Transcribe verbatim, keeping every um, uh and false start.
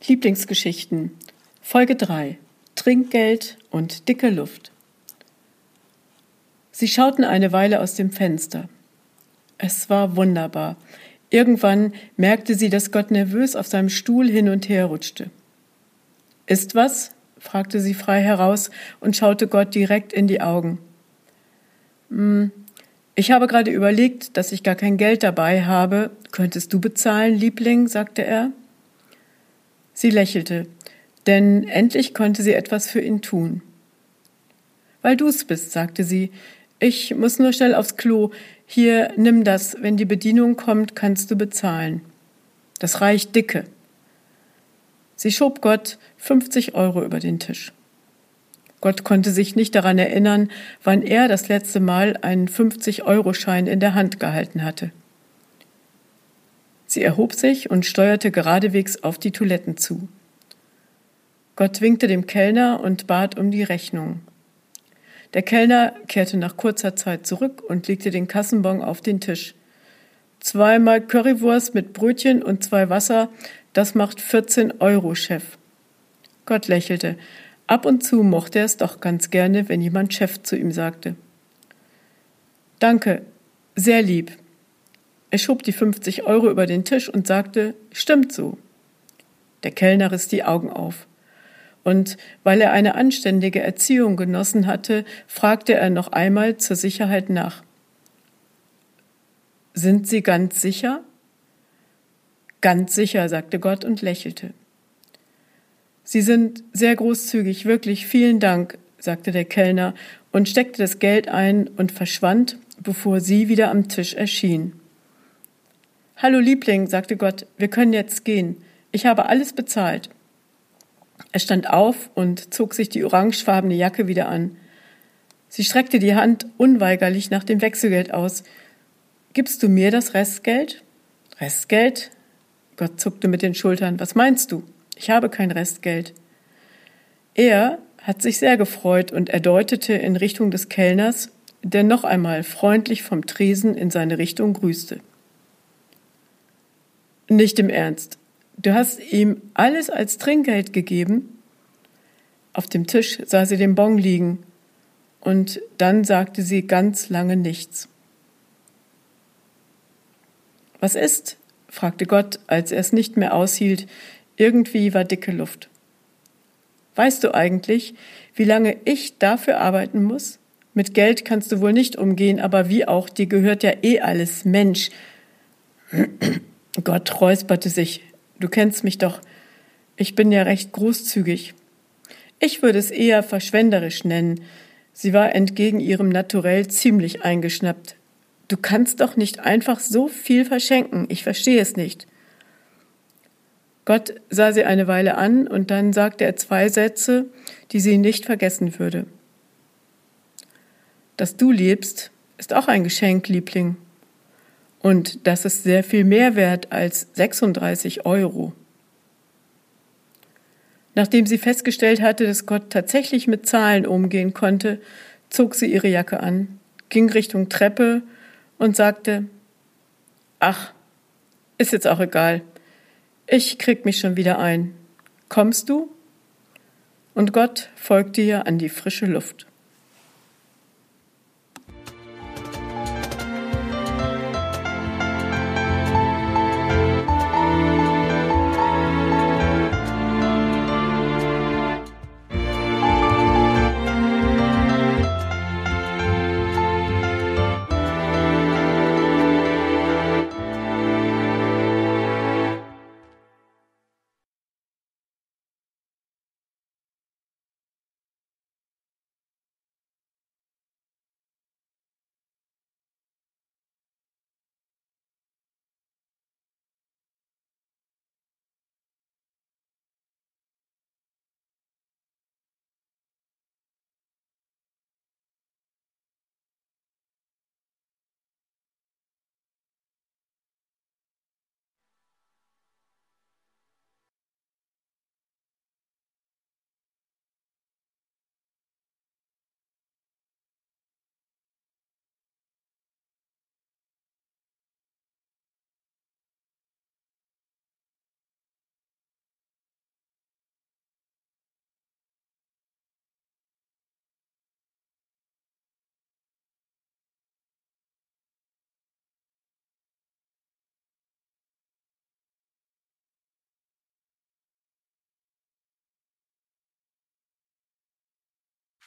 Lieblingsgeschichten. Folge drei. Trinkgeld und dicke Luft. Sie schauten eine Weile aus dem Fenster. Es war wunderbar. Irgendwann merkte sie, dass Gott nervös auf seinem Stuhl hin und her rutschte. »Ist was?« fragte sie frei heraus und schaute Gott direkt in die Augen. »Hm, ich habe gerade überlegt, dass ich gar kein Geld dabei habe. Könntest du bezahlen, Liebling?« sagte er. Sie lächelte, denn endlich konnte sie etwas für ihn tun. »Weil du's bist«, sagte sie. »Ich muss nur schnell aufs Klo. Hier, nimm das. Wenn die Bedienung kommt, kannst du bezahlen. Das reicht dicke.« Sie schob Gott fünfzig Euro über den Tisch. Gott konnte sich nicht daran erinnern, wann er das letzte Mal einen fünfzig-Euro-Schein in der Hand gehalten hatte. Sie erhob sich und steuerte geradewegs auf die Toiletten zu. Gott winkte dem Kellner und bat um die Rechnung. Der Kellner kehrte nach kurzer Zeit zurück und legte den Kassenbon auf den Tisch. Zweimal Currywurst mit Brötchen und zwei Wasser, das macht vierzehn Euro, Chef. Gott lächelte. Ab und zu mochte er es doch ganz gerne, wenn jemand Chef zu ihm sagte. »Danke, sehr lieb.« Er schob die fünfzig Euro über den Tisch und sagte, »Stimmt so.« Der Kellner riss die Augen auf. Und weil er eine anständige Erziehung genossen hatte, fragte er noch einmal zur Sicherheit nach. »Sind Sie ganz sicher?« »Ganz sicher«, sagte Gott und lächelte. »Sie sind sehr großzügig, wirklich, vielen Dank«, sagte der Kellner und steckte das Geld ein und verschwand, bevor sie wieder am Tisch erschien. »Hallo Liebling«, sagte Gott, »wir können jetzt gehen. Ich habe alles bezahlt.« Er stand auf und zog sich die orangefarbene Jacke wieder an. Sie streckte die Hand unweigerlich nach dem Wechselgeld aus. »Gibst du mir das Restgeld?« »Restgeld?« Gott zuckte mit den Schultern. »Was meinst du? Ich habe kein Restgeld.« Er hat sich sehr gefreut und er deutete in Richtung des Kellners, der noch einmal freundlich vom Tresen in seine Richtung grüßte. »Nicht im Ernst. Du hast ihm alles als Trinkgeld gegeben?« Auf dem Tisch sah sie den Bon liegen und dann sagte sie ganz lange nichts. »Was ist?« fragte Gott, als er es nicht mehr aushielt. Irgendwie war dicke Luft. »Weißt du eigentlich, wie lange ich dafür arbeiten muss? Mit Geld kannst du wohl nicht umgehen, aber wie auch, dir gehört ja eh alles, Mensch.« Gott räusperte sich. »Du kennst mich doch. Ich bin ja recht großzügig. Ich würde es eher verschwenderisch nennen.« Sie war entgegen ihrem Naturell ziemlich eingeschnappt. »Du kannst doch nicht einfach so viel verschenken. Ich verstehe es nicht.« Gott sah sie eine Weile an und dann sagte er zwei Sätze, die sie nicht vergessen würde. »Dass du lebst, ist auch ein Geschenk, Liebling. Und das ist sehr viel mehr wert als sechsunddreißig Euro. Nachdem sie festgestellt hatte, dass Gott tatsächlich mit Zahlen umgehen konnte, zog sie ihre Jacke an, ging Richtung Treppe und sagte, »Ach, ist jetzt auch egal. Ich krieg mich schon wieder ein. Kommst du?« Und Gott folgte ihr an die frische Luft.